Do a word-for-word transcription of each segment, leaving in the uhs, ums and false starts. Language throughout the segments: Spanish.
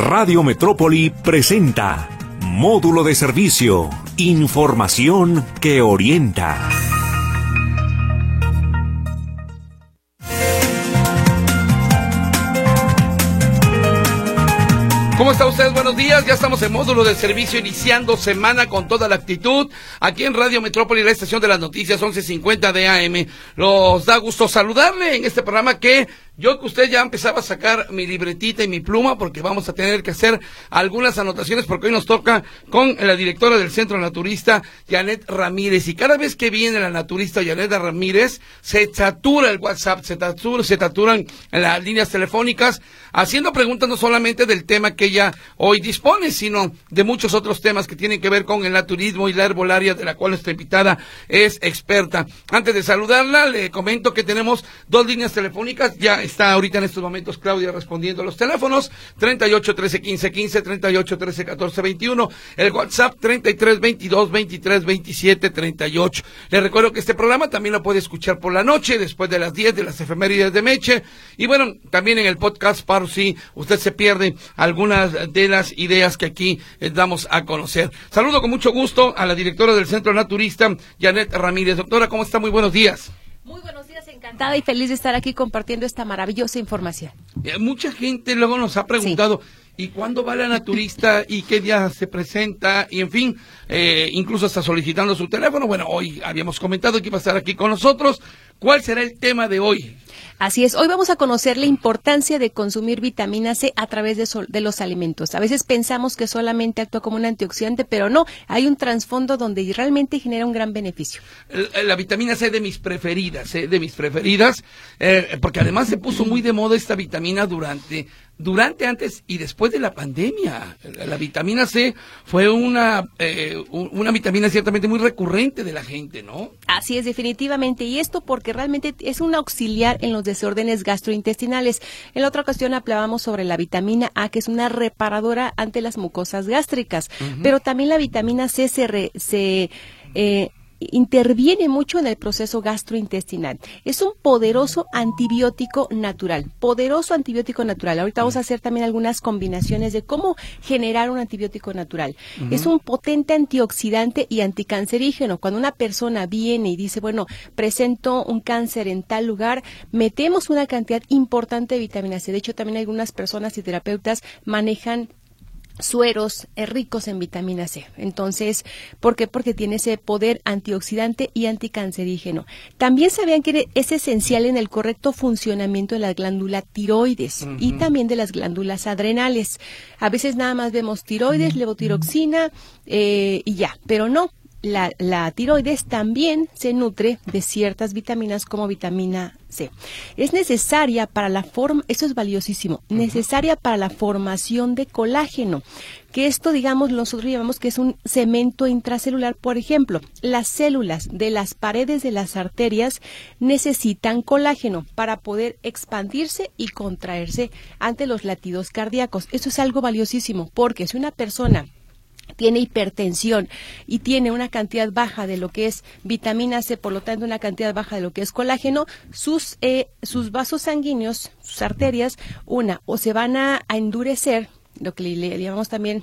Radio Metrópoli presenta Módulo de Servicio, información que orienta. ¿Cómo está usted? Buenos días, ya estamos en Módulo de Servicio, iniciando semana con toda la actitud, aquí en Radio Metrópoli, la estación de las noticias, once cincuenta de A M. Nos da gusto saludarle en este programa que yo que usted ya empezaba a sacar mi libretita y mi pluma, porque vamos a tener que hacer algunas anotaciones, porque hoy nos toca con la directora del Centro Naturista, Janet Ramírez, y cada vez que viene la naturista Janet Ramírez, se satura el WhatsApp, se satura, se saturan las líneas telefónicas, haciendo preguntas no solamente del tema que ella hoy dispone, sino de muchos otros temas que tienen que ver con el naturismo y la herbolaria, de la cual nuestra invitada es experta. Antes de saludarla, le comento que tenemos dos líneas telefónicas. Ya está ahorita en estos momentos Claudia respondiendo a los teléfonos: treinta y ocho, trece, quince, quince, treinta y ocho, trece, catorce, veintiuno, el WhatsApp treinta y tres, veintidós, veintitrés, veintisiete, treinta y ocho. Le recuerdo que este programa también lo puede escuchar por la noche, después de las diez de las efemérides de Meche, y bueno, también en el podcast para si usted se pierde algunas de las ideas que aquí eh, damos a conocer. Saludo con mucho gusto a la directora del Centro Naturista, Janet Ramírez. Doctora, ¿cómo está? Muy buenos días. Muy buenos días, encantada y feliz de estar aquí compartiendo esta maravillosa información. Eh, mucha gente luego nos ha preguntado, sí, ¿y cuándo va la naturista? ¿Y qué día se presenta? Y en fin, eh, incluso está solicitando su teléfono. Bueno, hoy habíamos comentado que iba a estar aquí con nosotros. ¿Cuál será el tema de hoy? Así es, hoy vamos a conocer la importancia de consumir vitamina C a través de, sol, de los alimentos. A veces pensamos que solamente actúa como un antioxidante, pero no, hay un trasfondo donde realmente genera un gran beneficio. La, la vitamina C de mis preferidas, eh, de mis preferidas, eh, porque además se puso muy de moda esta vitamina durante... Durante, antes y después de la pandemia. La, la vitamina C fue una eh, una vitamina ciertamente muy recurrente de la gente, ¿no? Así es, definitivamente. Y esto porque realmente es un auxiliar en los desórdenes gastrointestinales. En la otra ocasión hablábamos sobre la vitamina A, que es una reparadora ante las mucosas gástricas. Uh-huh. Pero también la vitamina C se... Re, se eh, interviene mucho en el proceso gastrointestinal. Es un poderoso antibiótico natural, poderoso antibiótico natural. Ahorita vamos a hacer también algunas combinaciones de cómo generar un antibiótico natural. Uh-huh. Es un potente antioxidante y anticancerígeno. Cuando una persona viene y dice, bueno, presento un cáncer en tal lugar, metemos una cantidad importante de vitamina C. De hecho, también algunas personas y terapeutas manejan sueros eh, ricos en vitamina C. Entonces, ¿por qué? Porque tiene ese poder antioxidante y anticancerígeno. También sabían que es esencial en el correcto funcionamiento de la glándula tiroides, uh-huh, y también de las glándulas adrenales. A veces nada más vemos tiroides, uh-huh, levotiroxina eh, y ya, pero no. La, la tiroides también se nutre de ciertas vitaminas como vitamina C. Es necesaria para la forma, eso es valiosísimo, uh-huh, necesaria para la formación de colágeno, que esto, digamos, nosotros llamamos que es un cemento intracelular. Por ejemplo, las células de las paredes de las arterias necesitan colágeno para poder expandirse y contraerse ante los latidos cardíacos. Eso es algo valiosísimo, porque si una persona tiene hipertensión y tiene una cantidad baja de lo que es vitamina C, por lo tanto una cantidad baja de lo que es colágeno, sus eh, sus vasos sanguíneos, sus arterias, una, o se van a, a endurecer, lo que le, le llamamos también,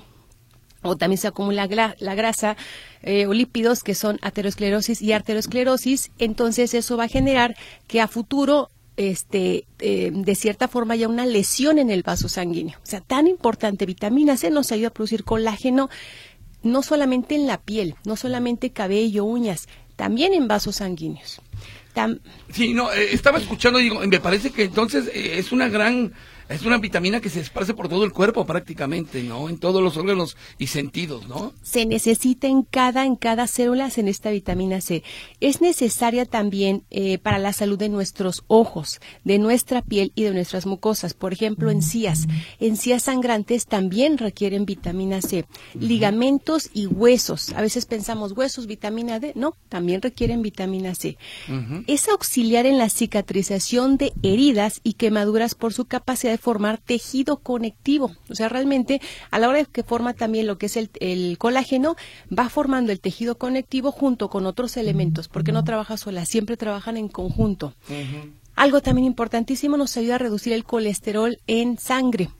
o también se acumula gra, la grasa eh, o lípidos, que son aterosclerosis y arteriosclerosis. Entonces eso va a generar que a futuro este eh, de cierta forma haya una lesión en el vaso sanguíneo. O sea, tan importante, vitamina C nos ayuda a producir colágeno no solamente en la piel, no solamente cabello, uñas, también en vasos sanguíneos. Tam- sí, no, eh, estaba escuchando y digo, me parece que entonces eh, es una gran... Es una vitamina que se esparce por todo el cuerpo prácticamente, ¿no? En todos los órganos y sentidos, ¿no? Se necesita en cada, en cada célula en esta vitamina C. Es necesaria también eh, para la salud de nuestros ojos, de nuestra piel y de nuestras mucosas. Por ejemplo, encías. Encías sangrantes también requieren vitamina C. Uh-huh. Ligamentos y huesos. A veces pensamos huesos, vitamina D. No, también requieren vitamina C. Uh-huh. Es auxiliar en la cicatrización de heridas y quemaduras por su capacidad de formar tejido conectivo. O sea, realmente a la hora de que forma también lo que es el, el colágeno, va formando el tejido conectivo junto con otros elementos, porque no trabaja sola, siempre trabajan en conjunto. Uh-huh. Algo también importantísimo, nos ayuda a reducir el colesterol en sangre,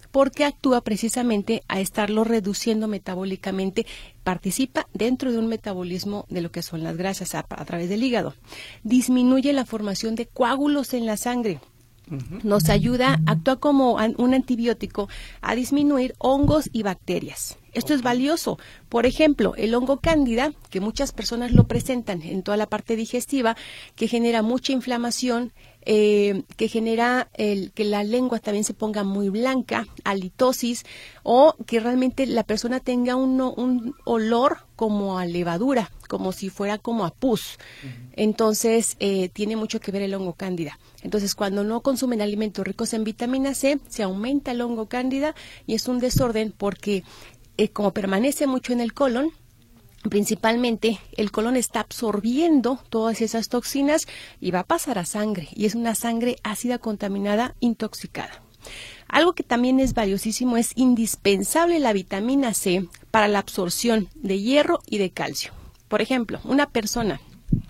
porque actúa precisamente a estarlo reduciendo metabólicamente, participa dentro de un metabolismo de lo que son las grasas a, a través del hígado. Disminuye la formación de coágulos en la sangre. Nos ayuda, actúa como un antibiótico a disminuir hongos y bacterias. Esto es valioso. Por ejemplo, el hongo cándida, que muchas personas lo presentan en toda la parte digestiva, que genera mucha inflamación, eh, que genera el, que la lengua también se ponga muy blanca, halitosis, o que realmente la persona tenga un, un olor como a levadura, como si fuera como a pus. Entonces, eh, tiene mucho que ver el hongo cándida. Entonces, cuando no consumen alimentos ricos en vitamina C, se aumenta el hongo cándida y es un desorden porque eh, como permanece mucho en el colon, principalmente el colon está absorbiendo todas esas toxinas y va a pasar a sangre, y es una sangre ácida, contaminada, intoxicada. Algo que también es valiosísimo, es indispensable la vitamina C para la absorción de hierro y de calcio. Por ejemplo, una persona,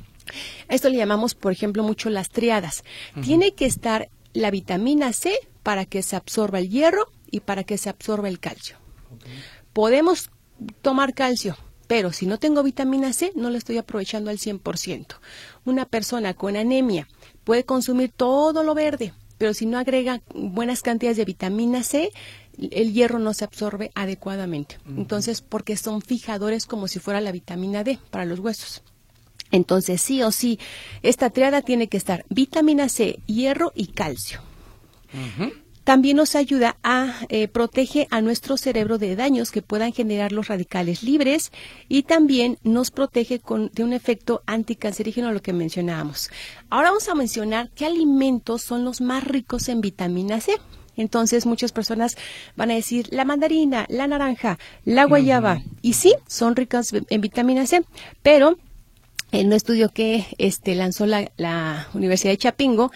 esto le llamamos, por ejemplo, mucho las triadas, uh-huh. Tiene que estar la vitamina C para que se absorba el hierro y para que se absorba el calcio. Okay. Podemos tomar calcio, pero si no tengo vitamina C, no la estoy aprovechando al cien por ciento. Una persona con anemia puede consumir todo lo verde, pero si no agrega buenas cantidades de vitamina C, el hierro no se absorbe adecuadamente. Uh-huh. Entonces, porque son fijadores como si fuera la vitamina D para los huesos. Entonces, sí o sí, esta triada tiene que estar vitamina C, hierro y calcio. Uh-huh. También nos ayuda a, eh, protege a nuestro cerebro de daños que puedan generar los radicales libres, y también nos protege con, de un efecto anticancerígeno, lo que mencionábamos. Ahora vamos a mencionar qué alimentos son los más ricos en vitamina C. Entonces, muchas personas van a decir la mandarina, la naranja, la guayaba, uh-huh. Y sí, son ricas en vitamina C, pero en un estudio que este, lanzó la, la Universidad de Chapingo,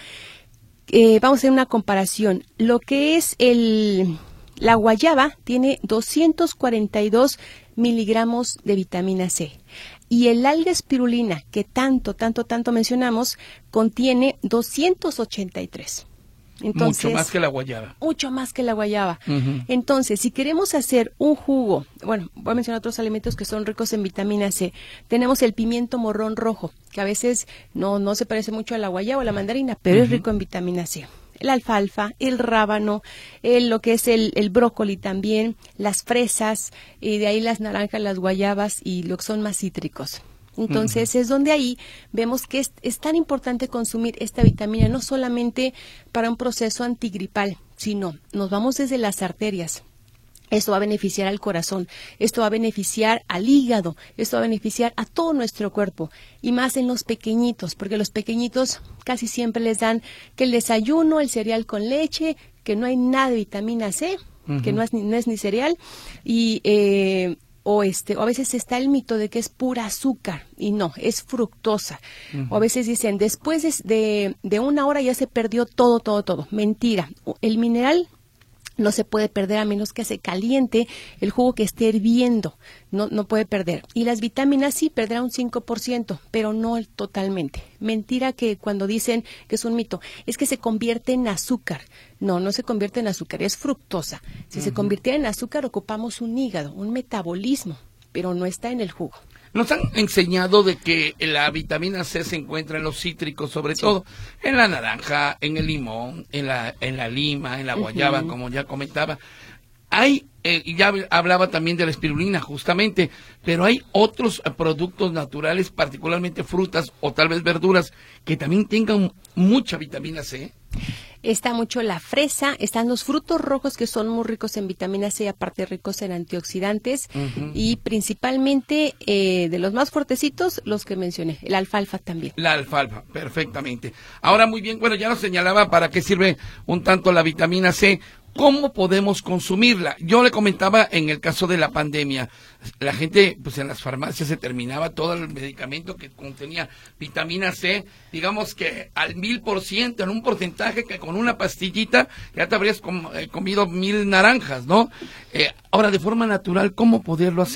Eh, vamos a hacer una comparación. Lo que es el la guayaba tiene doscientos cuarenta y dos miligramos de vitamina C, y el alga espirulina, que tanto, tanto, tanto mencionamos, contiene doscientos ochenta y tres. Entonces, mucho más que la guayaba. Mucho más que la guayaba. Uh-huh. Entonces, si queremos hacer un jugo, bueno, voy a mencionar otros alimentos que son ricos en vitamina C. Tenemos el pimiento morrón rojo, que a veces no, no se parece mucho a la guayaba o la mandarina, pero uh-huh. Es rico en vitamina C. El alfalfa, el rábano, el, lo que es el, el brócoli también, las fresas, y de ahí las naranjas, las guayabas y lo que son más cítricos. Entonces, uh-huh. Es donde ahí vemos que es, es tan importante consumir esta vitamina, no solamente para un proceso antigripal, sino nos vamos desde las arterias. Esto va a beneficiar al corazón, esto va a beneficiar al hígado, esto va a beneficiar a todo nuestro cuerpo, y más en los pequeñitos, porque los pequeñitos casi siempre les dan que el desayuno, el cereal con leche, que no hay nada de vitamina C, uh-huh. Que no es, no es ni cereal, y eh, o este o a veces está el mito de que es pura azúcar, y no, es fructosa. Uh-huh. O a veces dicen, después de, de, de una hora ya se perdió todo, todo, todo. Mentira. El mineral no se puede perder a menos que se caliente el jugo que esté hirviendo. No, no puede perder. Y las vitaminas sí perderá un cinco por ciento, pero no totalmente. Mentira que cuando dicen que es un mito, es que se convierte en azúcar. No, no se convierte en azúcar, es fructosa. Si uh-huh. se convirtiera en azúcar, ocupamos un hígado, un metabolismo, pero no está en el jugo. Nos han enseñado de que la vitamina C se encuentra en los cítricos, sobre sí. todo en la naranja, en el limón, en la en la lima, en la guayaba, uh-huh. como ya comentaba. Hay, eh, ya hablaba también de la espirulina, justamente, pero hay otros eh, productos naturales, particularmente frutas o tal vez verduras, que también tengan mucha vitamina C. Está mucho la fresa, están los frutos rojos que son muy ricos en vitamina C, aparte ricos en antioxidantes, uh-huh. y principalmente eh, de los más fuertecitos, los que mencioné, el alfalfa también. La alfalfa, perfectamente. Ahora muy bien, bueno, ya nos señalaba para qué sirve un tanto la vitamina C. ¿Cómo podemos consumirla? Yo le comentaba en el caso de la pandemia, la gente pues en las farmacias se terminaba todo el medicamento que contenía vitamina C, digamos que al mil por ciento, en un porcentaje que con una pastillita ya te habrías com- eh, comido mil naranjas, ¿no? Eh, ahora, de forma natural, ¿cómo poderlo hacer?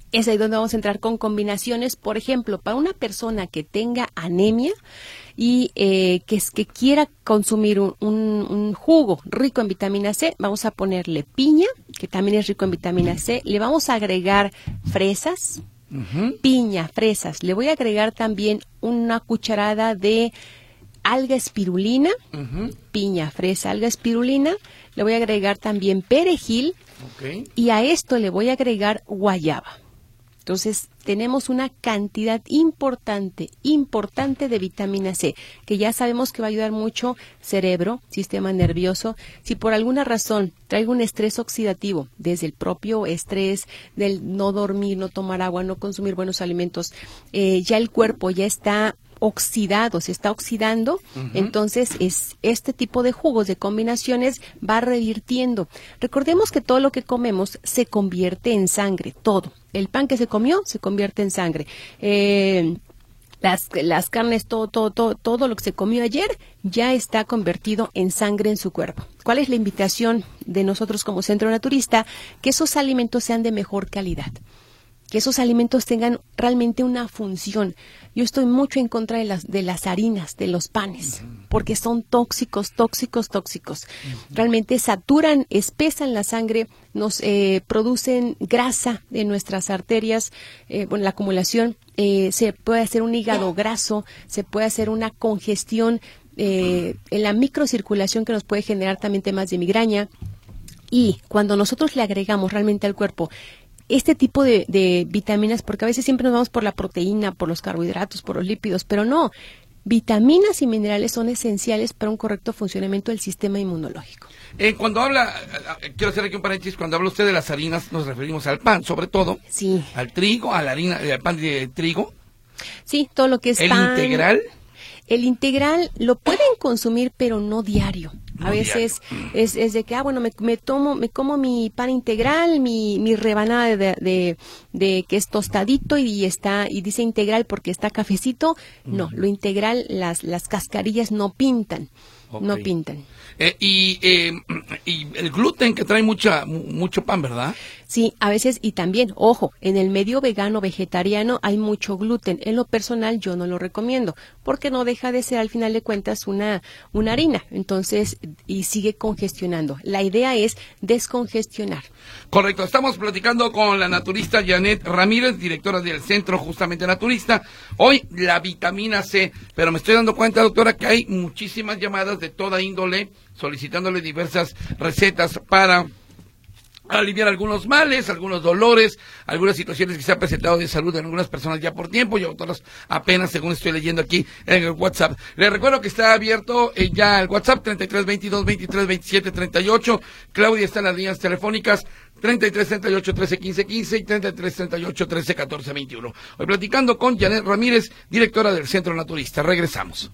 Es ahí donde vamos a entrar con combinaciones. Por ejemplo, para una persona que tenga anemia y eh, que, que quiera consumir un, un, un jugo rico en vitamina C, vamos a ponerle piña, que también es rico en vitamina C. Le vamos a agregar fresas, uh-huh. piña, fresas. Le voy a agregar también una cucharada de alga espirulina, uh-huh. piña, fresa, alga espirulina. Le voy a agregar también perejil, okay. y a esto le voy a agregar guayaba. Entonces, tenemos una cantidad importante, importante de vitamina C, que ya sabemos que va a ayudar mucho cerebro, sistema nervioso. Si por alguna razón traigo un estrés oxidativo, desde el propio estrés del no dormir, no tomar agua, no consumir buenos alimentos, eh, ya el cuerpo ya está oxidado, se está oxidando, uh-huh. entonces es este tipo de jugos, de combinaciones, va revirtiendo. Recordemos que todo lo que comemos se convierte en sangre, todo. El pan que se comió se convierte en sangre. Eh, las, las carnes, todo, todo, todo, todo lo que se comió ayer ya está convertido en sangre en su cuerpo. ¿Cuál es la invitación de nosotros como Centro Naturista? Que esos alimentos sean de mejor calidad, que esos alimentos tengan realmente una función. Yo estoy mucho en contra de las de las harinas, de los panes, porque son tóxicos, tóxicos, tóxicos. Realmente saturan, espesan la sangre, nos eh, producen grasa en nuestras arterias, eh, bueno, la acumulación, eh, se puede hacer un hígado graso, se puede hacer una congestión eh, en la microcirculación que nos puede generar también temas de migraña. Y cuando nosotros le agregamos realmente al cuerpo este tipo de, de vitaminas, porque a veces siempre nos vamos por la proteína, por los carbohidratos, por los lípidos, pero no, vitaminas y minerales son esenciales para un correcto funcionamiento del sistema inmunológico. Eh, cuando habla, quiero hacer aquí un paréntesis, cuando habla usted de las harinas, nos referimos al pan, sobre todo, sí, al trigo, a la harina, al pan de trigo. Sí, todo lo que es ¿El pan. integral? El integral lo pueden consumir, pero no diario. A veces es, es de que, ah, bueno, me, me tomo, me como mi pan integral, mi, mi rebanada de, de, de que es tostadito y está, y dice integral porque está cafecito. No, lo integral, las, las cascarillas no pintan, okay. no pintan. Eh, y, eh, y el gluten que trae mucha, mucho pan, ¿verdad? Sí, a veces, y también, ojo, en el medio vegano vegetariano hay mucho gluten. En lo personal yo no lo recomiendo, porque no deja de ser al final de cuentas una, una harina, entonces, y sigue congestionando. La idea es descongestionar. Correcto, estamos platicando con la naturista Janet Ramírez, directora del Centro justamente Naturista. Hoy la vitamina C, pero me estoy dando cuenta, doctora, que hay muchísimas llamadas de toda índole solicitándole diversas recetas para aliviar algunos males, algunos dolores, algunas situaciones que se han presentado de salud en algunas personas ya por tiempo y otras apenas, según estoy leyendo aquí en el WhatsApp. Les recuerdo que está abierto eh, ya el WhatsApp treinta y tres, veintidós, veintitrés, veintisiete, treinta y ocho. Claudia está en las líneas telefónicas treinta y tres, treinta y ocho, trece, quince, quince y treinta y tres, treinta y ocho, trece, catorce, veintiuno. Hoy platicando con Janet Ramírez, directora del Centro Naturista. Regresamos.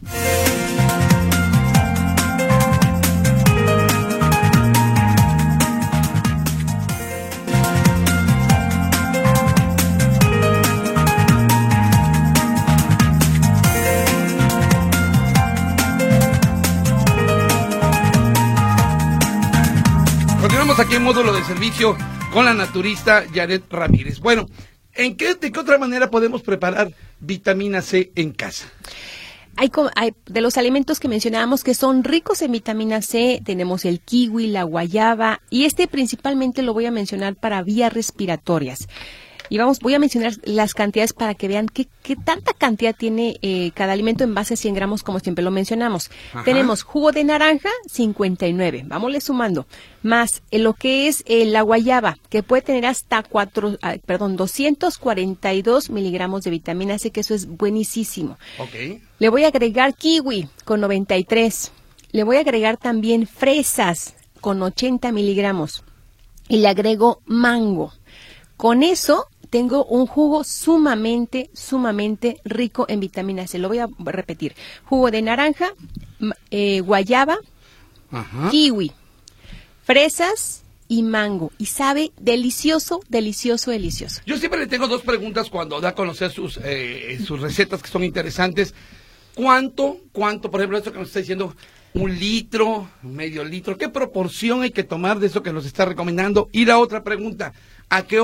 Continuamos aquí en módulo de servicio con la naturista Janet Ramírez. Bueno, ¿en qué, de qué otra manera podemos preparar vitamina C en casa? Hay, hay de los alimentos que mencionábamos que son ricos en vitamina C, tenemos el kiwi, la guayaba, y este principalmente lo voy a mencionar para vías respiratorias. Y vamos, voy a mencionar las cantidades para que vean qué, qué tanta cantidad tiene eh, cada alimento en base a cien gramos, como siempre lo mencionamos. Ajá. Tenemos jugo de naranja, cincuenta y nueve, vámosle sumando, más eh, lo que es eh, la guayaba, que puede tener hasta cuatro, ah, perdón, doscientos cuarenta y dos miligramos de vitamina C, que eso es buenísimo. Okay. Le voy a agregar kiwi con noventa y tres, le voy a agregar también fresas con ochenta miligramos y le agrego mango. Con eso tengo un jugo sumamente, sumamente rico en vitamina C. Lo voy a repetir. Jugo de naranja, eh, guayaba, ajá, kiwi, fresas y mango. Y sabe delicioso, delicioso, delicioso. Yo siempre le tengo dos preguntas cuando da a conocer sus, eh, sus recetas que son interesantes. ¿Cuánto, cuánto, por ejemplo, esto que nos está diciendo, un litro, medio litro? ¿Qué proporción hay que tomar de eso que nos está recomendando? Y la otra pregunta, ¿a qué horas?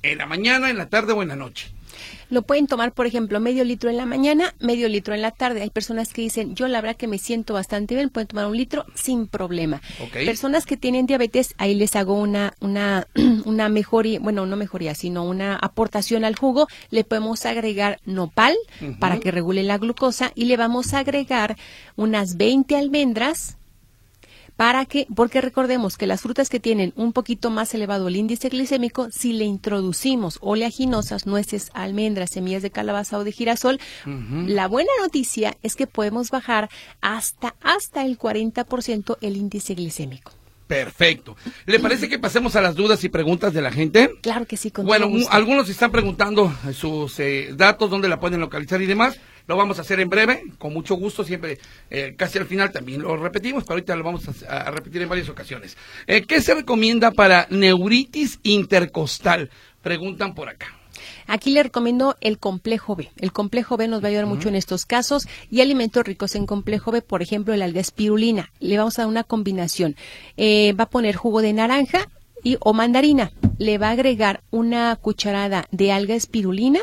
¿En la mañana, en la tarde o en la noche? Lo pueden tomar, por ejemplo, medio litro en la mañana, medio litro en la tarde. Hay personas que dicen, yo la verdad que me siento bastante bien, pueden tomar un litro sin problema. Okay. Personas que tienen diabetes, ahí les hago una una una mejoría, bueno, no mejoría, sino una aportación al jugo. Le podemos agregar nopal uh-huh. para que regule la glucosa y le vamos a agregar unas veinte almendras. Para que, porque recordemos que las frutas que tienen un poquito más elevado el índice glicémico, si le introducimos oleaginosas, nueces, almendras, semillas de calabaza o de girasol, uh-huh. la buena noticia es que podemos bajar hasta, hasta el cuarenta por ciento el índice glicémico. Perfecto. ¿Le parece que pasemos a las dudas y preguntas de la gente? Claro que sí. Con bueno, todo gusto. Algunos están preguntando sus eh, datos, dónde la pueden localizar y demás. Lo vamos a hacer en breve, con mucho gusto, siempre, eh, casi al final también lo repetimos, pero ahorita lo vamos a, a repetir en varias ocasiones. Eh, ¿Qué se recomienda para neuritis intercostal? Preguntan por acá. Aquí le recomiendo el complejo B. El complejo B nos va a ayudar uh-huh. mucho en estos casos y alimentos ricos en complejo B, por ejemplo, el alga espirulina. Le vamos a dar una combinación. Eh, va a poner jugo de naranja y o mandarina. Le va a agregar una cucharada de alga espirulina.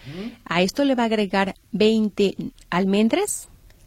A esto le va a agregar veinte almendras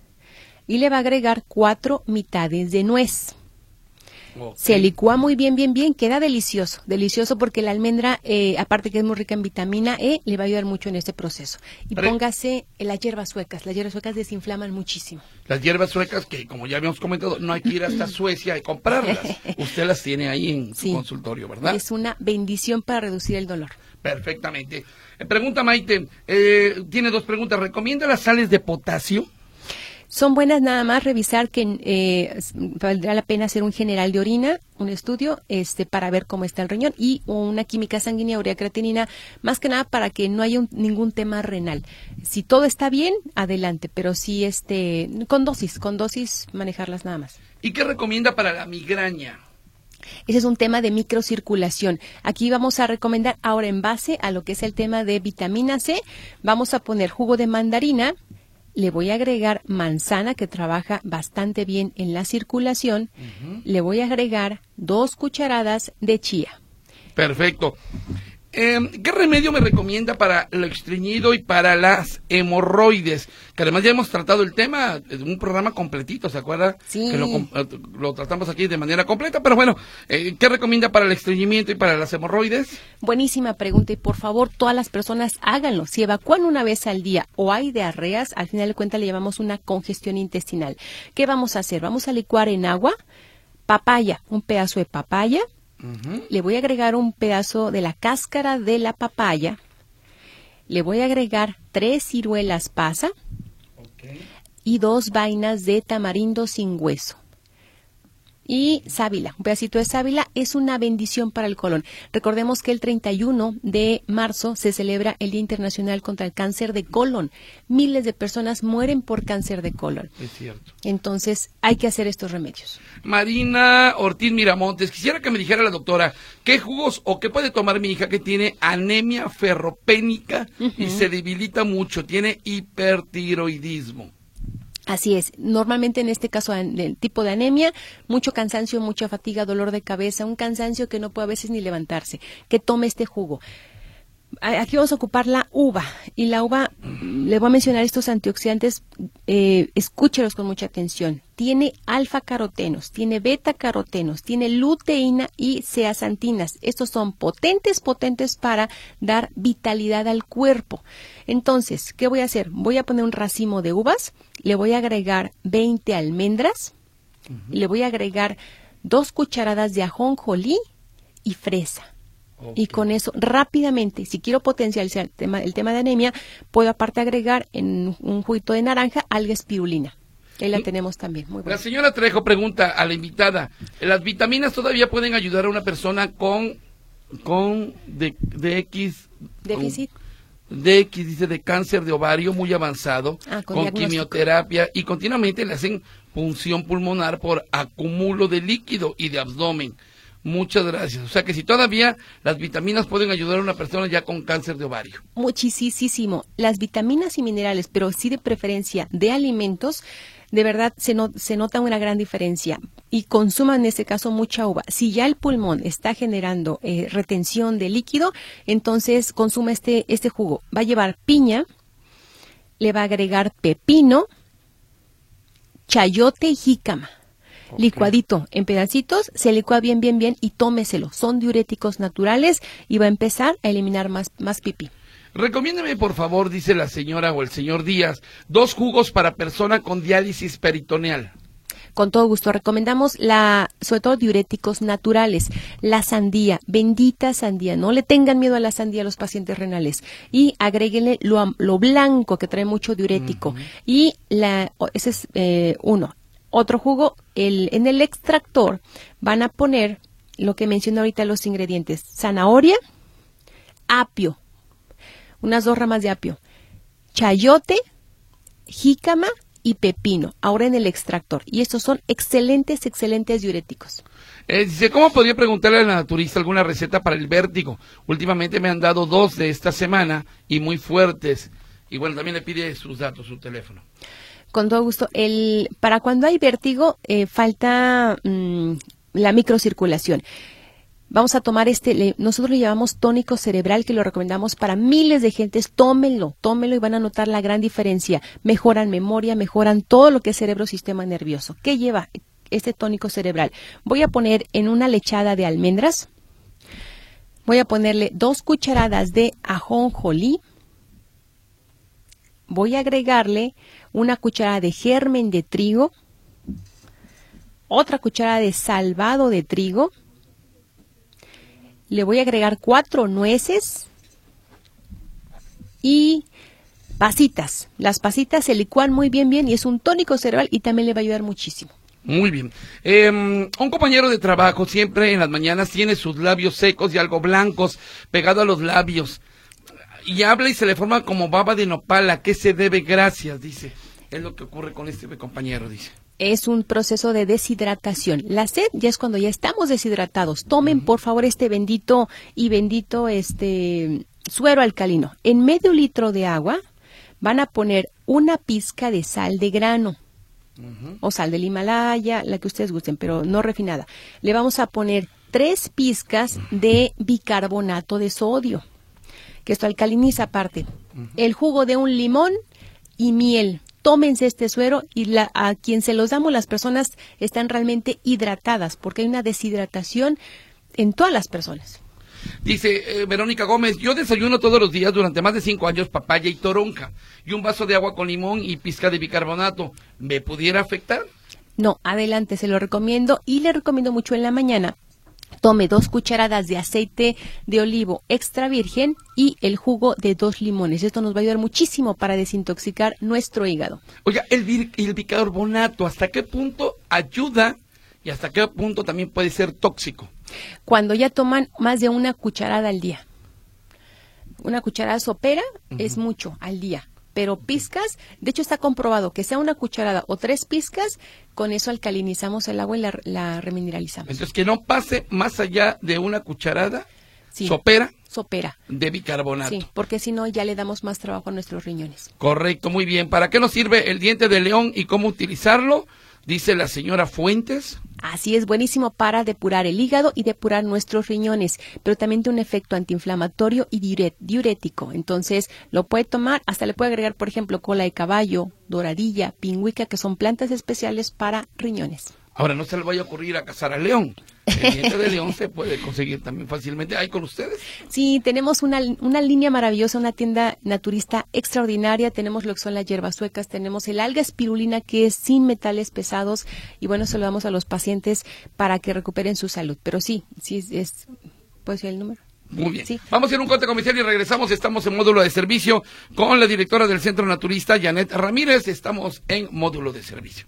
y le va a agregar cuatro mitades de nuez. Okay. Se licúa muy bien, bien, bien, queda delicioso, delicioso porque la almendra, eh, aparte que es muy rica en vitamina E, le va a ayudar mucho en este proceso. Y Pero, póngase las hierbas suecas, las hierbas suecas desinflaman muchísimo. Las hierbas suecas que, como ya habíamos comentado, no hay que ir hasta Suecia y comprarlas. Usted las tiene ahí en su sí, consultorio, ¿verdad? Es una bendición para reducir el dolor. Perfectamente. Eh, pregunta Maite, eh, tiene dos preguntas. ¿Recomienda las sales de potasio? Son buenas, nada más revisar que eh, valdrá la pena hacer un general de orina, un estudio este para ver cómo está el riñón y una química sanguínea, urea creatinina, más que nada para que no haya un, ningún tema renal. Si todo está bien, adelante, pero sí este con dosis, con dosis manejarlas nada más. ¿Y qué recomienda para la migraña? Ese es un tema de microcirculación. Aquí vamos a recomendar ahora en base a lo que es el tema de vitamina C, vamos a poner jugo de mandarina. Le voy a agregar manzana, que trabaja bastante bien en la circulación. Uh-huh. Le voy a agregar dos cucharadas de chía. Perfecto. Eh, ¿Qué remedio me recomienda para el estreñido y para las hemorroides? Que además ya hemos tratado el tema en un programa completito, ¿se acuerda? Sí. Que lo, lo tratamos aquí de manera completa, pero bueno, eh, ¿qué recomienda para el estreñimiento y para las hemorroides? Buenísima pregunta y por favor todas las personas háganlo. Si evacúan una vez al día o hay diarreas, al final de cuentas le llamamos una congestión intestinal. ¿Qué vamos a hacer? Vamos a licuar en agua papaya, un pedazo de papaya. Uh-huh. Le voy a agregar un pedazo de la cáscara de la papaya. Le voy a agregar tres ciruelas pasa. Okay. Y dos vainas de tamarindo sin hueso. Y sábila, un pedacito de sábila es una bendición para el colon. Recordemos que el treinta y uno de marzo se celebra el Día Internacional contra el Cáncer de Colon. Miles de personas mueren por cáncer de colon. Es cierto. Entonces hay que hacer estos remedios. Marina Ortiz Miramontes, quisiera que me dijera la doctora, ¿qué jugos o qué puede tomar mi hija que tiene anemia ferropénica uh-huh. y se debilita mucho, tiene hipertiroidismo? Así es, normalmente en este caso del tipo de anemia, mucho cansancio, mucha fatiga, dolor de cabeza, un cansancio que no puede a veces ni levantarse, que tome este jugo. Aquí vamos a ocupar la uva y la uva, le voy a mencionar estos antioxidantes, eh, escúchelos con mucha atención. Tiene alfa-carotenos, tiene beta-carotenos, tiene luteína y zeaxantinas. Estos son potentes, potentes para dar vitalidad al cuerpo. Entonces, ¿qué voy a hacer? Voy a poner un racimo de uvas, le voy a agregar veinte almendras, uh-huh. le voy a agregar dos cucharadas de ajonjolí y fresa. Okay. Y con eso rápidamente, si quiero potencializar el tema, el tema de anemia, puedo aparte agregar en un juguito de naranja alga espirulina. Ahí la tenemos también. Muy buena. La señora Trejo pregunta a la invitada, ¿las vitaminas todavía pueden ayudar a una persona con con de, de X déficit? De X, dice, de cáncer de ovario muy avanzado, ah, con, con quimioterapia y continuamente le hacen punción pulmonar por acúmulo de líquido y de abdomen. Muchas gracias. O sea que si todavía las vitaminas pueden ayudar a una persona ya con cáncer de ovario. Muchísimo. Las vitaminas y minerales, pero sí de preferencia de alimentos, de verdad se, no, se nota una gran diferencia. y consuma en este caso mucha uva. Si ya el pulmón está generando eh, retención de líquido, entonces consuma este, este jugo. Va a llevar piña, le va a agregar pepino, chayote y jícama. Okay. Licuadito en pedacitos, se licúa bien, bien, bien y tómeselo. Son diuréticos naturales y va a empezar a eliminar más, más pipí. Recomiéndeme, por favor, dice la señora o el señor Díaz, dos jugos para persona con diálisis peritoneal. Con todo gusto, recomendamos la, sobre todo diuréticos naturales, la sandía, bendita sandía, no le tengan miedo a la sandía a los pacientes renales y agréguenle lo, lo blanco que trae mucho diurético uh-huh. y la, ese es eh, uno. Otro jugo, el, en el extractor van a poner lo que mencioné ahorita los ingredientes, zanahoria, apio, unas dos ramas de apio, chayote, jícama y pepino, ahora en el extractor. Y estos son excelentes, excelentes diuréticos. Eh, dice, ¿cómo podría preguntarle a la naturista alguna receta para el vértigo? Últimamente me han dado dos de esta semana y muy fuertes. Y bueno, también le pide sus datos, su teléfono. Con todo gusto. El, para cuando hay vértigo, eh, falta mmm, la microcirculación. Vamos a tomar este, le, nosotros le llamamos tónico cerebral, que lo recomendamos para miles de gentes. Tómenlo, tómenlo y van a notar la gran diferencia. Mejoran memoria, mejoran todo lo que es cerebro, sistema nervioso. ¿Qué lleva este tónico cerebral? Voy a poner en una lechada de almendras, voy a ponerle dos cucharadas de ajonjolí, voy a agregarle una cucharada de germen de trigo, otra cucharada de salvado de trigo, le voy a agregar cuatro nueces y pasitas. Las pasitas se licúan muy bien, bien y es un tónico cerebral y también le va a ayudar muchísimo. Muy bien. Eh, un compañero de trabajo siempre en las mañanas tiene sus labios secos y algo blancos pegado a los labios. Y habla y se le forma como baba de nopal. ¿A qué se debe? Gracias, dice. Es lo que ocurre con este compañero, dice. Es un proceso de deshidratación. La sed ya es cuando ya estamos deshidratados. Tomen, uh-huh. por favor, este bendito y bendito este suero alcalino. En medio litro de agua van a poner una pizca de sal de grano. Uh-huh. O sal del Himalaya, la que ustedes gusten, pero no refinada. Le vamos a poner tres pizcas de bicarbonato de sodio, que esto alcaliniza aparte. Uh-huh. El jugo de un limón y miel. Tómense este suero y la, a quien se los damos las personas están realmente hidratadas porque hay una deshidratación en todas las personas. Dice eh, Verónica Gómez, yo desayuno todos los días durante más de cinco años papaya y toronja y un vaso de agua con limón y pizca de bicarbonato. ¿Me pudiera afectar? No, adelante, se lo recomiendo y le recomiendo mucho en la mañana. Tome dos cucharadas de aceite de olivo extra virgen y el jugo de dos limones. Esto nos va a ayudar muchísimo para desintoxicar nuestro hígado. Oiga, el, el bicarbonato, ¿hasta qué punto ayuda y hasta qué punto también puede ser tóxico? Cuando ya toman más de una cucharada al día. Una cucharada sopera uh-huh. es mucho al día. Pero pizcas, de hecho está comprobado que sea una cucharada o tres pizcas, con eso alcalinizamos el agua y la, la remineralizamos. Entonces que no pase más allá de una cucharada sí, sopera, sopera de bicarbonato. Sí, porque si no ya le damos más trabajo a nuestros riñones. Correcto, muy bien. ¿Para qué nos sirve el diente de león y cómo utilizarlo? Dice la señora Fuentes. Así es, buenísimo para depurar el hígado y depurar nuestros riñones, pero también tiene un efecto antiinflamatorio y diurético. Entonces, lo puede tomar, hasta le puede agregar, por ejemplo, cola de caballo, doradilla, pingüica, que son plantas especiales para riñones. Ahora, no se le vaya a ocurrir a cazar al león. El diente de león se puede conseguir también fácilmente. ¿Hay con ustedes? Sí, tenemos una, una línea maravillosa, una tienda naturista extraordinaria. Tenemos lo que son las hierbas suecas, tenemos el alga espirulina, que es sin metales pesados. Y bueno, se lo damos a los pacientes para que recuperen su salud. Pero sí, sí es... es ¿puedo decir el número? Muy bien. Sí. Vamos a ir a un corte comercial y regresamos. Estamos en módulo de servicio con la directora del Centro Naturista, Janet Ramírez. Estamos en módulo de servicio.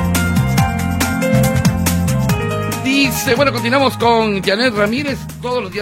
Bueno, continuamos con Janet Ramírez. Todos los días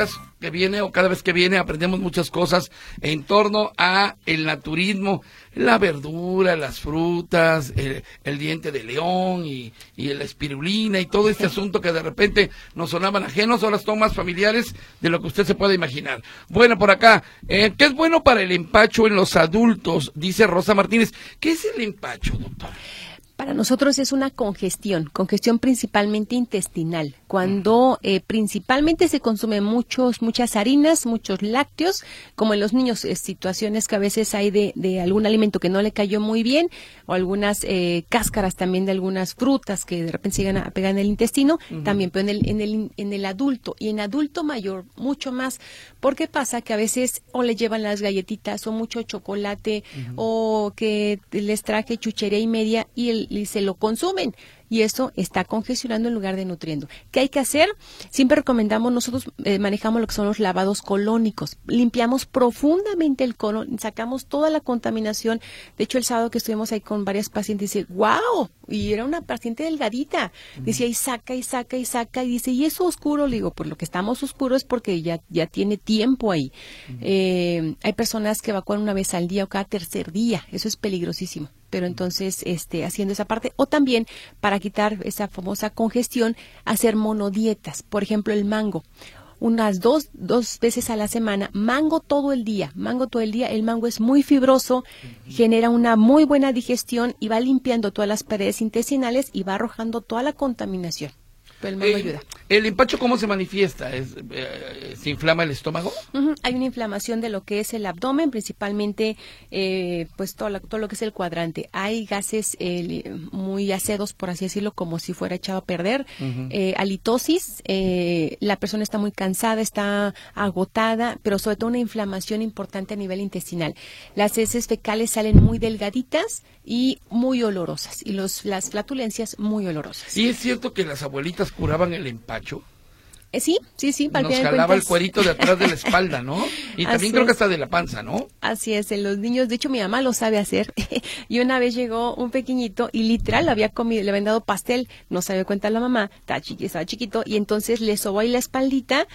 que viene o cada vez que viene aprendemos muchas cosas en torno a el naturismo, la verdura, las frutas, el, el diente de león y, y la espirulina y todo este asunto que de repente nos sonaban ajenos, ahora son más familiares de lo que usted se puede imaginar. Bueno, por acá, eh, ¿qué es bueno para el empacho en los adultos? Dice Rosa Martínez. ¿Qué es el empacho, doctor? Para nosotros es una congestión, congestión principalmente intestinal, cuando eh, principalmente se consumen muchos, muchas harinas, muchos lácteos, como en los niños, eh, situaciones que a veces hay de, de algún alimento que no le cayó muy bien, o algunas eh, cáscaras también de algunas frutas que de repente se llegan a pegar en el intestino, uh-huh. también, pero en el, en el, en el adulto, y en adulto mayor, mucho más, porque pasa que a veces o le llevan las galletitas, o mucho chocolate, uh-huh. o que les traje chuchería y media, y el y se lo consumen y eso está congestionando en lugar de nutriendo. ¿Qué hay que hacer? Siempre recomendamos, nosotros eh, manejamos lo que son los lavados colónicos, limpiamos profundamente el colon, sacamos toda la contaminación. De hecho, el sábado que estuvimos ahí con varias pacientes, dice, wow, y era una paciente delgadita, decía, y saca, y saca, y saca, y dice, ¿y eso oscuro? Le digo, pues lo que estamos oscuro es porque ya, ya tiene tiempo ahí. Uh-huh. Eh, hay personas que evacúan una vez al día o cada tercer día, eso es peligrosísimo. Pero entonces, este, haciendo esa parte, o también para quitar esa famosa congestión, hacer monodietas. Por ejemplo, el mango, unas dos, dos veces a la semana, mango todo el día, mango todo el día. El mango es muy fibroso, uh-huh. genera una muy buena digestión y va limpiando todas las paredes intestinales y va arrojando toda la contaminación. El mango eh, ayuda. ¿El empacho cómo se manifiesta? ¿Es, eh, ¿Se inflama el estómago? Uh-huh. Hay una inflamación de lo que es el abdomen, principalmente eh, pues todo lo, todo lo que es el cuadrante. Hay gases eh, muy ácidos, por así decirlo, como si fuera echado a perder. Uh-huh. eh, halitosis, eh, la persona está muy cansada, está agotada, pero sobre todo una inflamación importante a nivel intestinal. Las heces fecales salen muy delgaditas y muy olorosas, y los, las flatulencias muy olorosas. ¿Y es cierto que las abuelitas curaban el empacho? Eh, sí, sí, sí. Nos jalaba cuentas el cuerito de atrás de la espalda, ¿no? Y también creo que hasta de la panza, ¿no? Así es, en los niños, de hecho mi mamá lo sabe hacer. Y una vez llegó un pequeñito y literal había comido, le habían dado pastel, no se dio cuenta la mamá, estaba, chiqui, estaba chiquito, y entonces le sobó ahí la espaldita.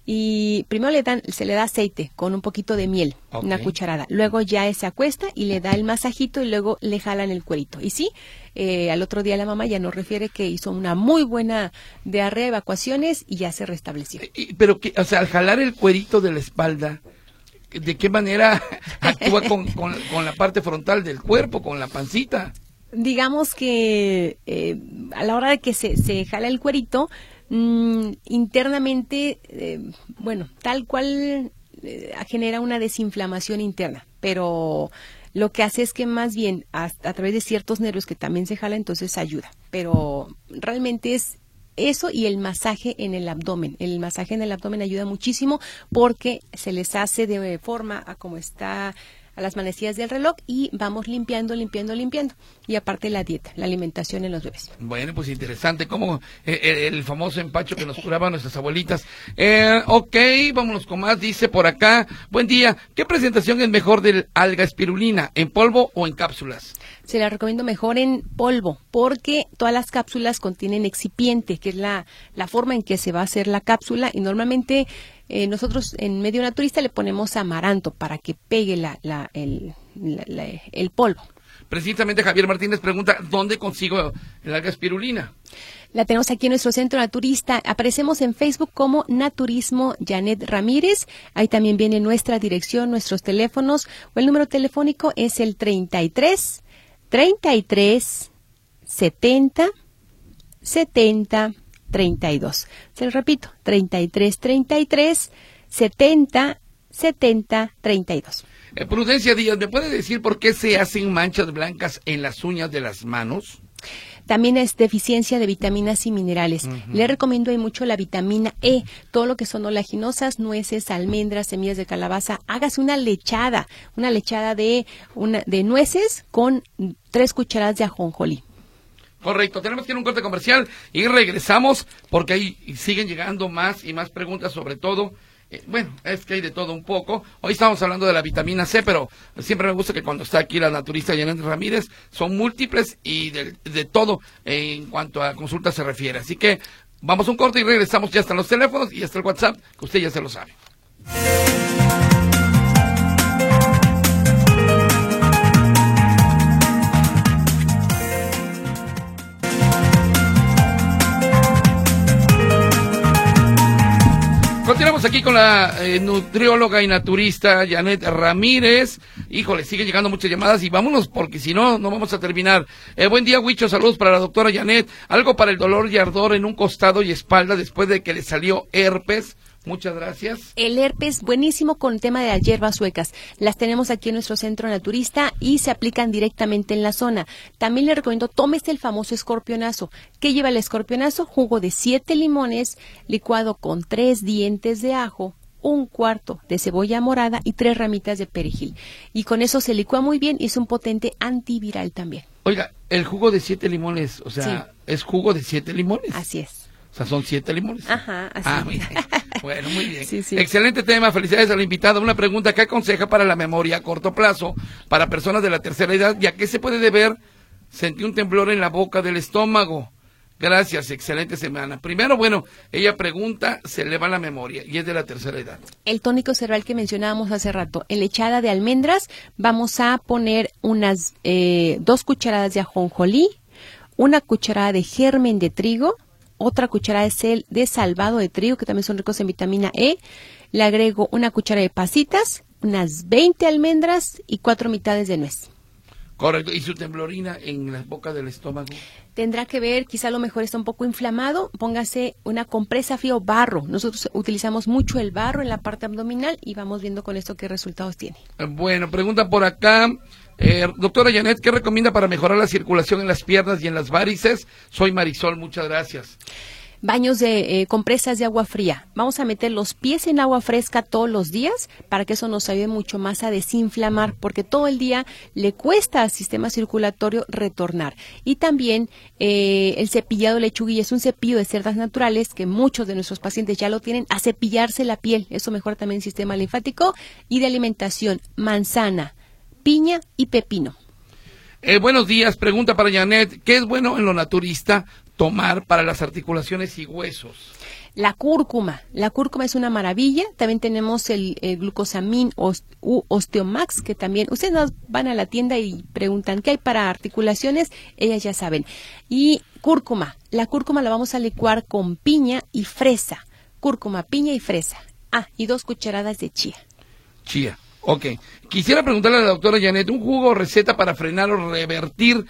Y primero le dan, se le da aceite con un poquito de miel, okay. una cucharada. Luego ya se acuesta y le da el masajito y luego le jalan el cuerito. Y sí, eh, al otro día la mamá ya nos refiere que hizo una muy buena diarrea, evacuaciones y ya se restableció. Pero, que, o sea, al jalar el cuerito de la espalda, ¿de qué manera actúa con, con, con la parte frontal del cuerpo, con la pancita? Digamos que eh, a la hora de que se, se jala el cuerito, Mm, internamente, eh, bueno, tal cual eh, genera una desinflamación interna, pero lo que hace es que más bien a, a través de ciertos nervios que también se jala, entonces ayuda, pero realmente es eso y el masaje en el abdomen. El masaje en el abdomen ayuda muchísimo porque se les hace de forma a como está a las manecillas del reloj y vamos limpiando, limpiando, limpiando. Y aparte la dieta, la alimentación en los bebés. Bueno, pues interesante, como eh, el famoso empacho que nos curaban nuestras abuelitas. Eh, ok, vámonos con más, dice por acá. Buen día, ¿qué presentación es mejor del alga espirulina, en polvo o en cápsulas? Se la recomiendo mejor en polvo, porque todas las cápsulas contienen excipiente, que es la, la forma en que se va a hacer la cápsula, y normalmente eh, nosotros en medio naturista le ponemos amaranto para que pegue la, la, el, la, la, el polvo. Precisamente Javier Martínez pregunta, ¿dónde consigo el alga espirulina? La tenemos aquí en nuestro centro naturista. Aparecemos en Facebook como Naturismo Janet Ramírez. Ahí también viene nuestra dirección, nuestros teléfonos, o el número telefónico es el treinta y tres, treinta y tres, setenta, setenta, treinta y dos. Se lo repito, treinta y tres, treinta y tres, setenta, setenta, treinta y dos. Eh, Prudencia Díaz, ¿me puede decir por qué se hacen manchas blancas en las uñas de las manos? También es deficiencia de vitaminas y minerales. Uh-huh. Le recomiendo ahí mucho la vitamina E, todo lo que son oleaginosas, nueces, almendras, semillas de calabaza. Hágase una lechada, una lechada de, una, de nueces con tres cucharadas de ajonjolí. Correcto, tenemos que ir a un corte comercial y regresamos porque ahí siguen llegando más y más preguntas, sobre todo. Eh, bueno, es que hay de todo un poco. Hoy estamos hablando de la vitamina C, pero siempre me gusta que cuando está aquí la naturista Janet Ramírez, son múltiples y de, de todo en cuanto a consulta se refiere. Así que vamos a un corte y regresamos. Ya están los teléfonos y ya está el WhatsApp, que usted ya se lo sabe. Continuamos aquí con la eh, nutrióloga y naturista Janet Ramírez. Híjole, siguen llegando muchas llamadas y vámonos porque si no, no vamos a terminar. Eh, buen día, Huicho, saludos para la doctora Janet. Algo para el dolor y ardor en un costado y espalda después de que le salió herpes. Muchas gracias. El herpes, buenísimo con el tema de las hierbas suecas. Las tenemos aquí en nuestro centro naturista y se aplican directamente en la zona. También le recomiendo, tómese el famoso escorpionazo. ¿Qué lleva el escorpionazo? Jugo de siete limones, licuado con tres dientes de ajo, un cuarto de cebolla morada y tres ramitas de perejil. Y con eso se licúa muy bien y es un potente antiviral también. Oiga, el jugo de siete limones, o sea, sí. ¿Es jugo de siete limones? Así es. O sea, son siete limones. Ajá, así. Ah, muy bien. Bueno, muy bien. Sí, sí. Excelente tema, felicidades a la invitada. Una pregunta, ¿qué aconseja para la memoria a corto plazo para personas de la tercera edad? ¿Y a qué se puede deber? Sentí un temblor en la boca del estómago. Gracias, excelente semana. Primero, bueno, ella pregunta, se le va la memoria y es de la tercera edad. El tónico cerebral que mencionábamos hace rato, en lechada de almendras, vamos a poner unas eh, dos cucharadas de ajonjolí, una cucharada de germen de trigo, otra cucharada de, sel, de salvado de trigo, que también son ricos en vitamina E. Le agrego una cuchara de pasitas, unas veinte almendras y cuatro mitades de nuez. Correcto. ¿Y su temblorina en la boca del estómago? Tendrá que ver, quizá a lo mejor está un poco inflamado, póngase una compresa fría o barro. Nosotros utilizamos mucho el barro en la parte abdominal y vamos viendo con esto qué resultados tiene. Bueno, pregunta por acá. Eh, doctora Janet, ¿qué recomienda para mejorar la circulación en las piernas y en las varices? Soy Marisol, muchas gracias. Baños de eh, compresas de agua fría. Vamos a meter los pies en agua fresca todos los días para que eso nos ayude mucho más a desinflamar, porque todo el día le cuesta al sistema circulatorio retornar. Y también eh, el cepillado lechuguilla es un cepillo de cerdas naturales que muchos de nuestros pacientes ya lo tienen, a cepillarse la piel. Eso mejora también el sistema linfático. Y de alimentación, manzana, piña y pepino. Eh, buenos días, pregunta para Janet, ¿qué es bueno en lo naturista tomar para las articulaciones y huesos? La cúrcuma, la cúrcuma es una maravilla. También tenemos el, el glucosamín ost, u Osteomax, que también, ustedes nos van a la tienda y preguntan ¿qué hay para articulaciones? Ellas ya saben. Y cúrcuma, la cúrcuma la vamos a licuar con piña y fresa. Cúrcuma, piña y fresa. Ah, y dos cucharadas de chía. Chía. Ok, quisiera preguntarle a la doctora Janet, un jugo o receta para frenar o revertir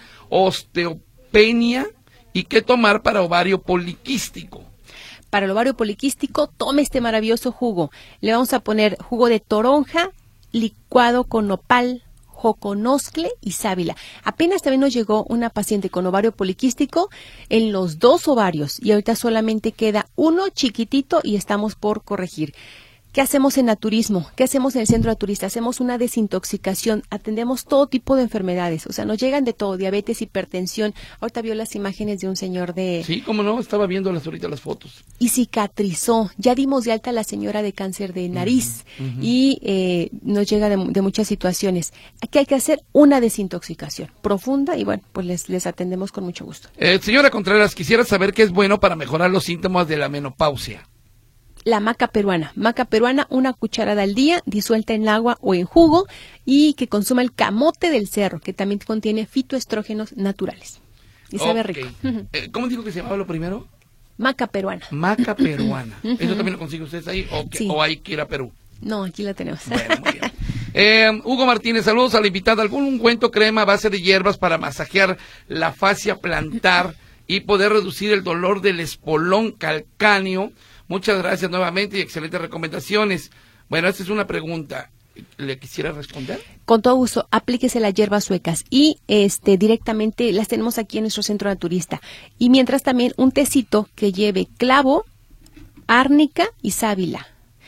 osteopenia y qué tomar para ovario poliquístico. Para el ovario poliquístico, tome este maravilloso jugo. Le vamos a poner jugo de toronja licuado con nopal, joconoscle y sábila. Apenas también nos llegó una paciente con ovario poliquístico en los dos ovarios y ahorita solamente queda uno chiquitito y estamos por corregir. ¿Qué hacemos en naturismo? ¿Qué hacemos en el centro naturista? Hacemos una desintoxicación, atendemos todo tipo de enfermedades, o sea, nos llegan de todo, diabetes, hipertensión. Ahorita vio las imágenes de un señor de... Sí, cómo no, estaba viendo las ahorita las fotos. Y cicatrizó, ya dimos de alta a la señora de cáncer de nariz uh-huh, uh-huh. y eh, nos llega de, de muchas situaciones. Aquí hay que hacer una desintoxicación profunda y bueno, pues les, les atendemos con mucho gusto. Eh, señora Contreras, quisiera saber qué es bueno para mejorar los síntomas de la menopausia. La maca peruana. Maca peruana, una cucharada al día, disuelta en agua o en jugo, y que consuma el camote del cerro, que también contiene fitoestrógenos naturales. Y sabe okay. rico. Eh, ¿Cómo dijo que se llamaba lo primero? Maca peruana. Maca peruana. ¿Eso también lo consigue ustedes ahí o, que, sí. o hay que ir a Perú? No, aquí la tenemos. Bueno, muy bien. Eh, Hugo Martínez, saludos a la invitada. ¿Algún ungüento crema a base de hierbas para masajear la fascia plantar y poder reducir el dolor del espolón calcáneo? Muchas gracias nuevamente y excelentes recomendaciones. Bueno, esta es una pregunta. ¿Le quisiera responder? Con todo gusto, aplíquese las hierbas suecas y este directamente las tenemos aquí en nuestro centro naturista. Y mientras también un tecito que lleve clavo, árnica y sábila.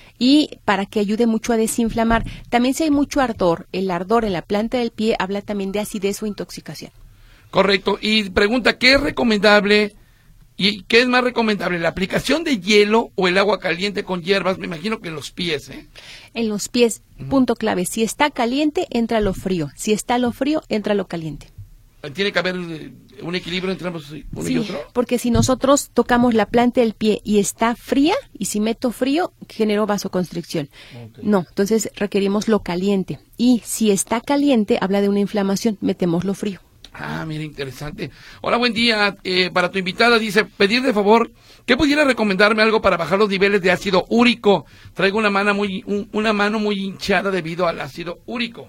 Y para que ayude mucho a desinflamar. También si hay mucho ardor, el ardor en la planta del pie habla también de acidez o intoxicación. Correcto. Y pregunta, ¿qué es recomendable? ¿Y qué es más recomendable, la aplicación de hielo o el agua caliente con hierbas? Me imagino que en los pies, ¿eh? En los pies, punto clave. Si está caliente, entra lo frío. Si está lo frío, entra lo caliente. Tiene que haber un equilibrio entre ambos, uno Sí, y otro. porque si nosotros tocamos la planta del pie y está fría, y si meto frío, genero vasoconstricción. Okay. No, entonces requerimos lo caliente. Y si está caliente, habla de una inflamación, metemos lo frío. Ah, mira, interesante. Hola, buen día. Eh, para tu invitada, dice, pedir de favor, ¿qué pudiera recomendarme algo para bajar los niveles de ácido úrico? Traigo una mano muy, un, una mano muy hinchada debido al ácido úrico.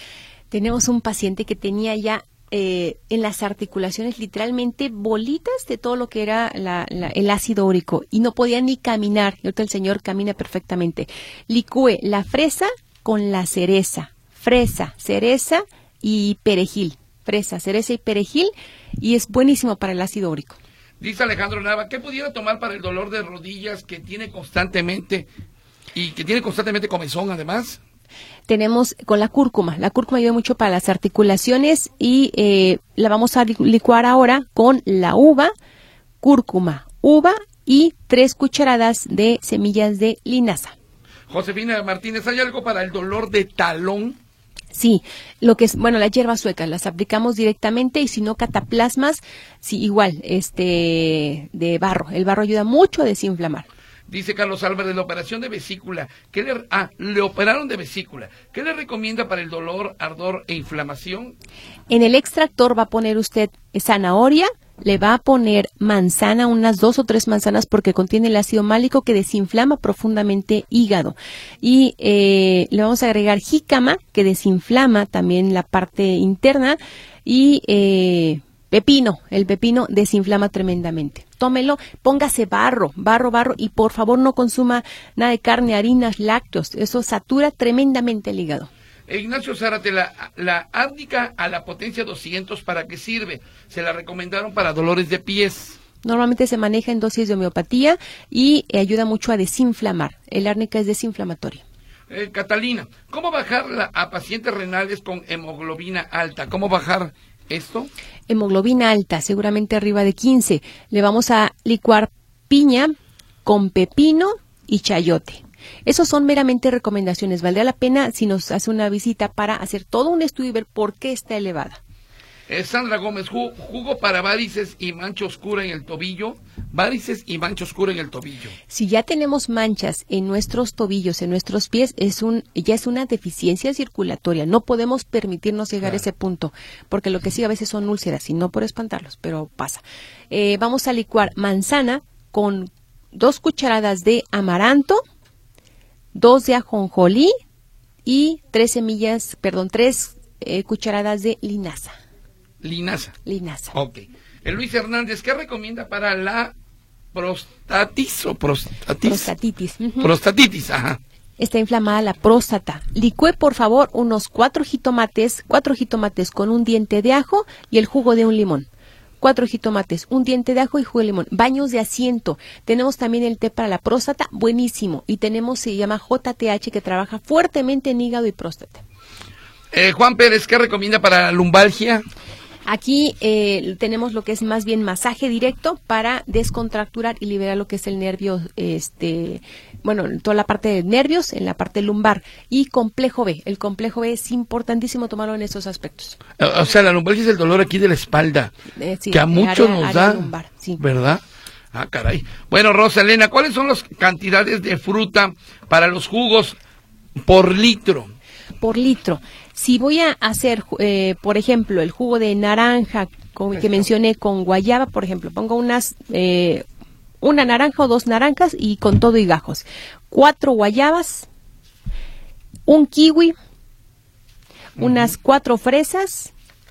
Tenemos un paciente que tenía ya eh, en las articulaciones literalmente bolitas de todo lo que era la, la, el ácido úrico y no podía ni caminar. Y ahorita el señor camina perfectamente. Licúe la fresa con la cereza. Fresa, cereza y perejil. Fresa, cereza y perejil, y es buenísimo para el ácido úrico. Dice Alejandro Nava, ¿qué pudiera tomar para el dolor de rodillas que tiene constantemente y que tiene constantemente comezón además? Tenemos con la cúrcuma. La cúrcuma ayuda mucho para las articulaciones y eh, la vamos a licuar ahora con la uva, cúrcuma, uva y tres cucharadas de semillas de linaza. Josefina Martínez, ¿hay algo para el dolor de talón? Sí, lo que es, bueno, las hierbas suecas las aplicamos directamente y si no cataplasmas, sí, igual, este, de barro. El barro ayuda mucho a desinflamar. Dice Carlos Álvarez, la operación de vesícula, ¿qué le, ah, le operaron de vesícula, ¿qué le recomienda para el dolor, ardor e inflamación? En el extractor va a poner usted zanahoria, le va a poner manzana, unas dos o tres manzanas porque contiene el ácido málico que desinflama profundamente hígado. Y eh, le vamos a agregar jícama que desinflama también la parte interna y eh, pepino. El pepino desinflama tremendamente. Tómelo, póngase barro, barro, barro y por favor no consuma nada de carne, harinas, lácteos. Eso satura tremendamente el hígado. Ignacio Zárate, la, la árnica a la potencia doscientos, ¿para qué sirve? Se la recomendaron para dolores de pies. Normalmente se maneja en dosis de homeopatía y eh, ayuda mucho a desinflamar. El árnica es desinflamatoria. Eh, Catalina, ¿cómo bajar la, a pacientes renales con hemoglobina alta? ¿Cómo bajar esto? Hemoglobina alta, seguramente arriba de quince. Le vamos a licuar piña con pepino y chayote. Esos son meramente recomendaciones. Valdría la pena si nos hace una visita para hacer todo un estudio y ver por qué está elevada. Eh, Sandra Gómez, jugo, jugo para varices y mancha oscura en el tobillo. Varices y mancha oscura en el tobillo. Si ya tenemos manchas en nuestros tobillos, en nuestros pies, es un ya es una deficiencia circulatoria. No podemos permitirnos llegar claro. a ese punto, porque lo que sí a veces son úlceras, y no por espantarlos, pero pasa. Eh, vamos a licuar manzana con dos cucharadas de amaranto, dos de ajonjolí y tres semillas, perdón, tres eh, cucharadas de linaza. Linaza. Linaza. Ok. El Luis Hernández, ¿qué recomienda para la prostatis o prostatitis? Prostatitis. Uh-huh. Prostatitis, ajá. Está inflamada la próstata. Licúe, por favor, unos cuatro jitomates, cuatro jitomates con un diente de ajo y el jugo de un limón. Cuatro jitomates, un diente de ajo y jugo de limón. Baños de asiento. Tenemos también el té para la próstata, buenísimo. Y tenemos, se llama J T H, que trabaja fuertemente en hígado y próstata. Eh, Juan Pérez, ¿qué recomienda para la lumbalgia? Aquí eh, tenemos lo que es más bien masaje directo para descontracturar y liberar lo que es el nervio, este, bueno, toda la parte de nervios en la parte lumbar. Y complejo B. El complejo B es importantísimo tomarlo en esos aspectos. O sea, la lumbalgia es el dolor aquí de la espalda, eh, sí, que a muchos área, nos área da, lumbar, sí. ¿Verdad? Ah, caray. Bueno, Rosa Elena, ¿cuáles son las cantidades de fruta para los jugos por litro? Por litro. Si voy a hacer, eh, por ejemplo, el jugo de naranja con, que mencioné con guayaba, por ejemplo, pongo unas, eh, una naranja o dos naranjas y con todo y gajos. Cuatro guayabas, un kiwi, uh-huh. unas cuatro fresas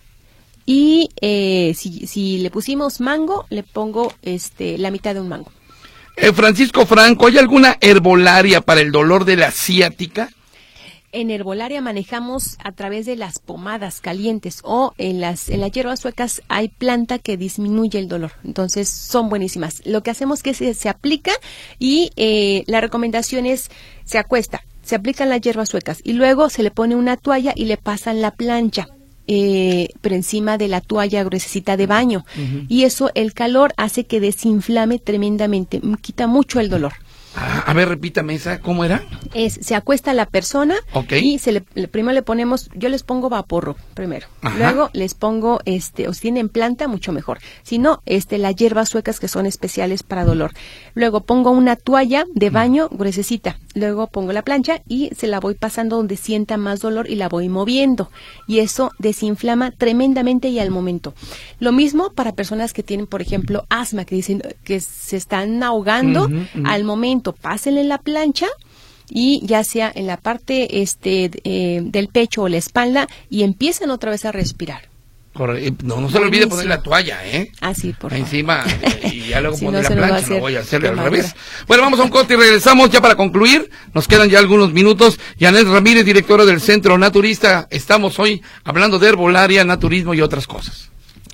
y eh, si, si le pusimos mango, le pongo este la mitad de un mango. Eh, Francisco Franco, ¿hay alguna herbolaria para el dolor de la ciática? En herbolaria manejamos a través de las pomadas calientes o en las en las hierbas suecas hay planta que disminuye el dolor, entonces son buenísimas. Lo que hacemos es que se, se aplica y eh, la recomendación es se acuesta, se aplican las hierbas suecas y luego se le pone una toalla y le pasan la plancha. Eh, pero encima de la toalla gruesecita de baño uh-huh. y eso, el calor hace que desinflame tremendamente, quita mucho el dolor. Ah, A ver, repítame esa, ¿cómo era? Es, se acuesta la persona okay. y se le, le, primero le ponemos, yo les pongo vaporro primero, Ajá. luego les pongo, este, o si tienen planta, mucho mejor, si no, este, las hierbas suecas que son especiales para dolor, luego pongo una toalla de baño gruesecita, luego pongo la plancha y se la voy pasando donde sienta más dolor y la voy moviendo, y eso desinflama tremendamente y al momento. Lo mismo para personas que tienen, por ejemplo, asma, que dicen que se están ahogando, uh-huh, uh-huh. al momento, pásenle la plancha y ya sea en la parte este eh, del pecho o la espalda y empiezan otra vez a respirar. No, no se le olvide poner la toalla, ¿eh? Ah, sí, por favor. Encima, y ya luego si poner no, la plancha, no voy a hacerle al revés. Madura. Bueno, vamos a un corte y regresamos ya para concluir. Nos quedan ya algunos minutos. Janet Ramírez, directora del Centro Naturista. Estamos hoy hablando de herbolaria, naturismo y otras cosas.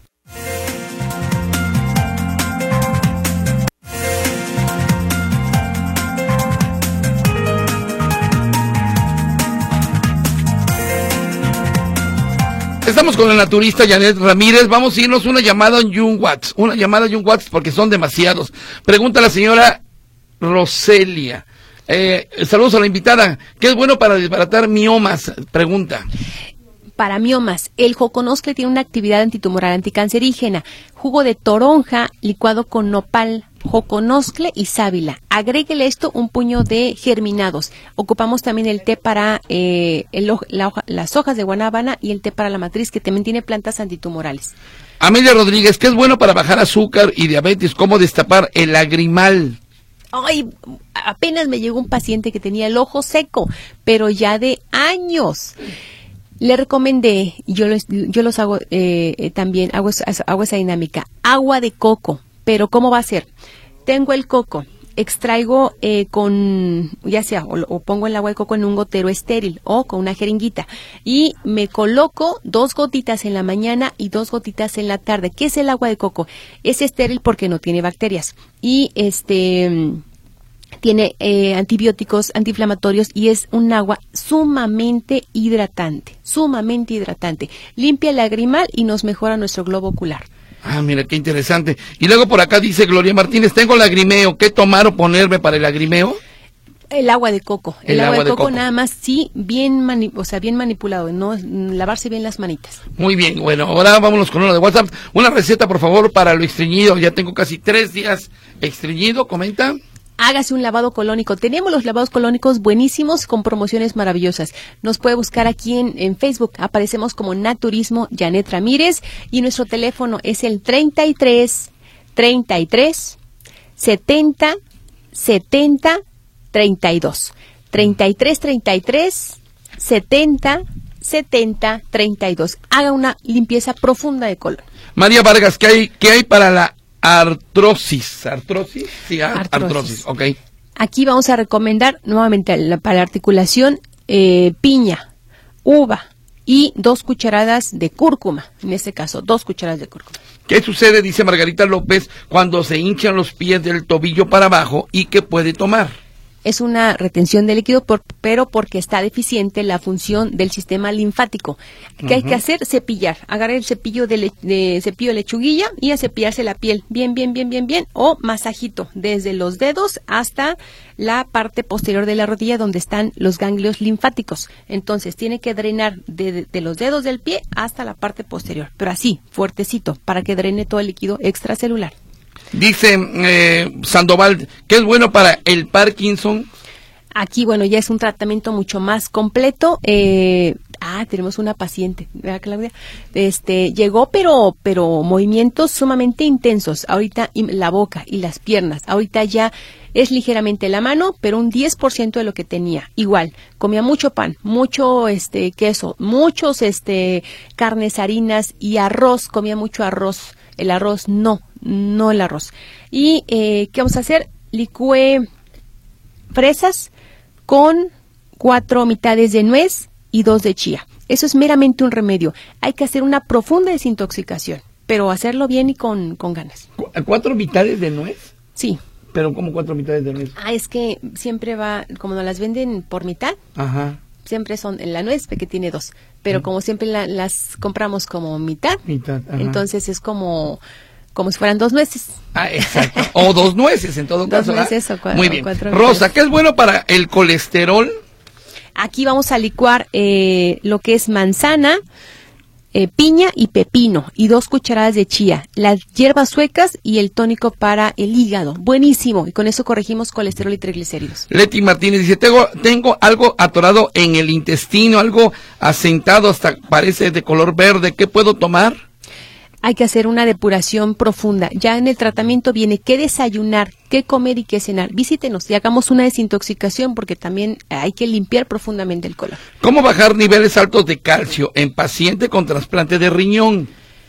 Estamos con la naturista Janet Ramírez. Vamos a irnos una llamada en June Watts. Una llamada en June Watts porque son demasiados. Pregunta la señora Roselia. Eh, saludos a la invitada. ¿Qué es bueno para desbaratar miomas? Pregunta. Para miomas, el joconoscle tiene una actividad antitumoral, anticancerígena. Jugo de toronja licuado con nopal, joconoscle y sábila. Agréguele esto un puño de germinados. Ocupamos también el té para eh, el, la hoja, las hojas de guanábana y el té para la matriz, que también tiene plantas antitumorales. Amelia Rodríguez, ¿qué es bueno para bajar azúcar y diabetes? ¿Cómo destapar el lagrimal? Ay, apenas me llegó un paciente que tenía el ojo seco, pero ya de años. Le recomendé, yo los, yo los hago eh, también, hago, hago esa dinámica, agua de coco. Pero ¿cómo va a ser? Tengo el coco, extraigo eh, con, ya sea, o, o pongo el agua de coco en un gotero estéril o con una jeringuita y me coloco dos gotitas en la mañana y dos gotitas en la tarde. ¿Qué es el agua de coco? Es estéril porque no tiene bacterias y este tiene eh, antibióticos, antiinflamatorios y es un agua sumamente hidratante, sumamente hidratante. Limpia el lagrimal y nos mejora nuestro globo ocular. Ah, mira, qué interesante. Y luego por acá dice Gloria Martínez, tengo lagrimeo, ¿qué tomar o ponerme para el lagrimeo? El agua de coco. El, el agua, agua de, de coco, coco nada más, sí, bien mani o sea, bien manipulado, no lavarse bien las manitas. Muy bien, bueno, ahora vámonos con uno de WhatsApp. Una receta, por favor, para lo estreñido. Ya tengo casi tres días estreñido, comenta. Hágase un lavado colónico. Tenemos los lavados colónicos buenísimos con promociones maravillosas. Nos puede buscar aquí en, en Facebook. Aparecemos como Naturismo Janet Ramírez y nuestro teléfono es el treinta y tres, treinta y tres, setenta, setenta, treinta y dos. treinta y tres, treinta y tres, setenta, setenta, treinta y dos. Haga una limpieza profunda de colon. María Vargas, ¿qué hay, qué hay para la artrosis? ¿Artrosis? Sí, ah, artrosis. artrosis, ok. Aquí vamos a recomendar nuevamente la, para la articulación eh, piña, uva y dos cucharadas de cúrcuma. En este caso, dos cucharadas de cúrcuma. ¿Qué sucede, dice Margarita López, cuando se hinchan los pies del tobillo para abajo y qué puede tomar? Es una retención de líquido, por, pero porque está deficiente la función del sistema linfático. ¿Qué uh-huh. hay que hacer? Cepillar. Agarrar el cepillo de, le, de cepillo de lechuguilla y a cepillarse la piel bien, bien, bien, bien, bien. O masajito desde los dedos hasta la parte posterior de la rodilla donde están los ganglios linfáticos. Entonces tiene que drenar de, de, de los dedos del pie hasta la parte posterior. Pero así, fuertecito, para que drene todo el líquido extracelular. Dice eh, Sandoval, ¿qué es bueno para el Parkinson? Aquí, bueno, ya es un tratamiento mucho más completo. Eh, ah, tenemos una paciente, ¿verdad, Claudia? Este, llegó, pero, pero movimientos sumamente intensos. Ahorita y la boca y las piernas. Ahorita ya es ligeramente la mano, pero un diez por ciento de lo que tenía. Igual, comía mucho pan, mucho este queso, muchos este carnes, harinas y arroz. Comía mucho arroz. El arroz no, no el arroz. Y, eh, ¿qué vamos a hacer? Licúe fresas con cuatro mitades de nuez y dos de chía. Eso es meramente un remedio. Hay que hacer una profunda desintoxicación, pero hacerlo bien y con, con ganas. ¿Cuatro mitades de nuez? Sí. ¿Pero cómo cuatro mitades de nuez? Ah, es que siempre va, como nos las venden por mitad. Ajá. Siempre son en la nuez, que tiene dos, pero como siempre la, las compramos como mitad, mitad ajá. Entonces es como como si fueran dos nueces. Ah, exacto. O dos nueces en todo Dos caso. nueces o cuatro. Muy bien. Cuatro Rosa, ¿qué es bueno para el colesterol? Aquí vamos a licuar eh, lo que es manzana, eh, piña y pepino y dos cucharadas de chía, las hierbas suecas y el tónico para el hígado. Buenísimo. Y con eso corregimos colesterol y triglicéridos. Leti Martínez dice, tengo, tengo algo atorado en el intestino, algo asentado, hasta parece de color verde. ¿Qué puedo tomar? Hay que hacer una depuración profunda. Ya en el tratamiento viene qué desayunar, qué comer y qué cenar. Visítenos y hagamos una desintoxicación porque también hay que limpiar profundamente el colon. ¿Cómo bajar niveles altos de calcio en paciente con trasplante de riñón?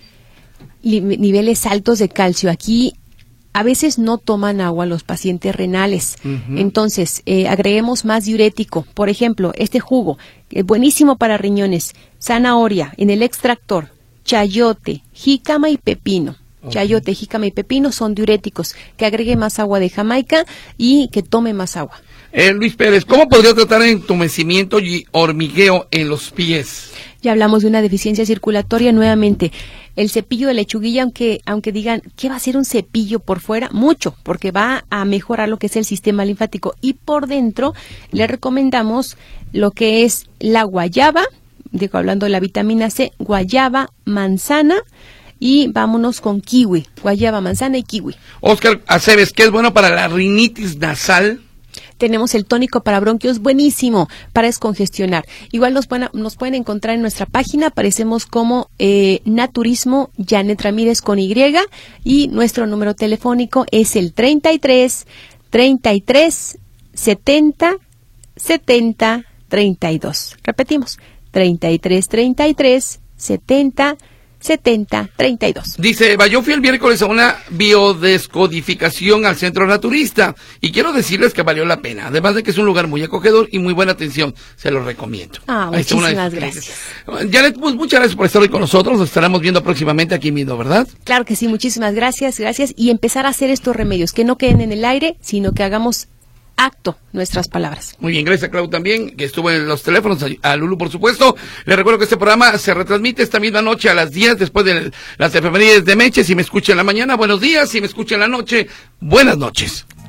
Li- niveles altos de calcio. Aquí a veces no toman agua los pacientes renales. Uh-huh. Entonces, eh, agreguemos más diurético. Por ejemplo, este jugo, eh, buenísimo para riñones, zanahoria en el extractor, chayote, jícama y pepino. Okay. Chayote, jícama y pepino son diuréticos. Que agregue más agua de Jamaica y que tome más agua. Eh, Luis Pérez, ¿cómo podría tratar entumecimiento y hormigueo en los pies? Ya hablamos de una deficiencia circulatoria nuevamente. El cepillo de lechuguilla, aunque aunque digan, ¿qué va a ser un cepillo por fuera? Mucho, porque va a mejorar lo que es el sistema linfático. Y por dentro le recomendamos lo que es la guayaba, digo, hablando de la vitamina C, guayaba, manzana y vámonos con kiwi, guayaba, manzana y kiwi. Oscar Aceves, ¿qué es bueno para la rinitis nasal? Tenemos el tónico para bronquios, buenísimo, para descongestionar. Igual nos, van a, nos pueden encontrar en nuestra página, aparecemos como eh, Naturismo Janet Ramírez con Y y nuestro número telefónico es el treinta y tres, treinta y tres, setenta, setenta, treinta y dos. Repetimos, treinta y tres, treinta y tres, setenta, setenta, treinta y dos. Dice Eva, yo fui el miércoles a una biodescodificación al Centro Naturista y quiero decirles que valió la pena, además de que es un lugar muy acogedor y muy buena atención, se lo recomiendo. Ah, Ahí está muchísimas una de- gracias. Janet, pues muchas gracias por estar hoy con nosotros, nos estaremos viendo próximamente aquí mismo, ¿verdad? Claro que sí, muchísimas gracias, gracias. Y empezar a hacer estos remedios, que no queden en el aire, sino que hagamos acto nuestras palabras. Muy bien, gracias a Clau también, que estuvo en los teléfonos, a, a Lulu por supuesto. Les recuerdo que este programa se retransmite esta misma noche a las diez después de las efemérides de Meche. Si me escucha en la mañana, buenos días. Si me escucha en la noche, buenas noches.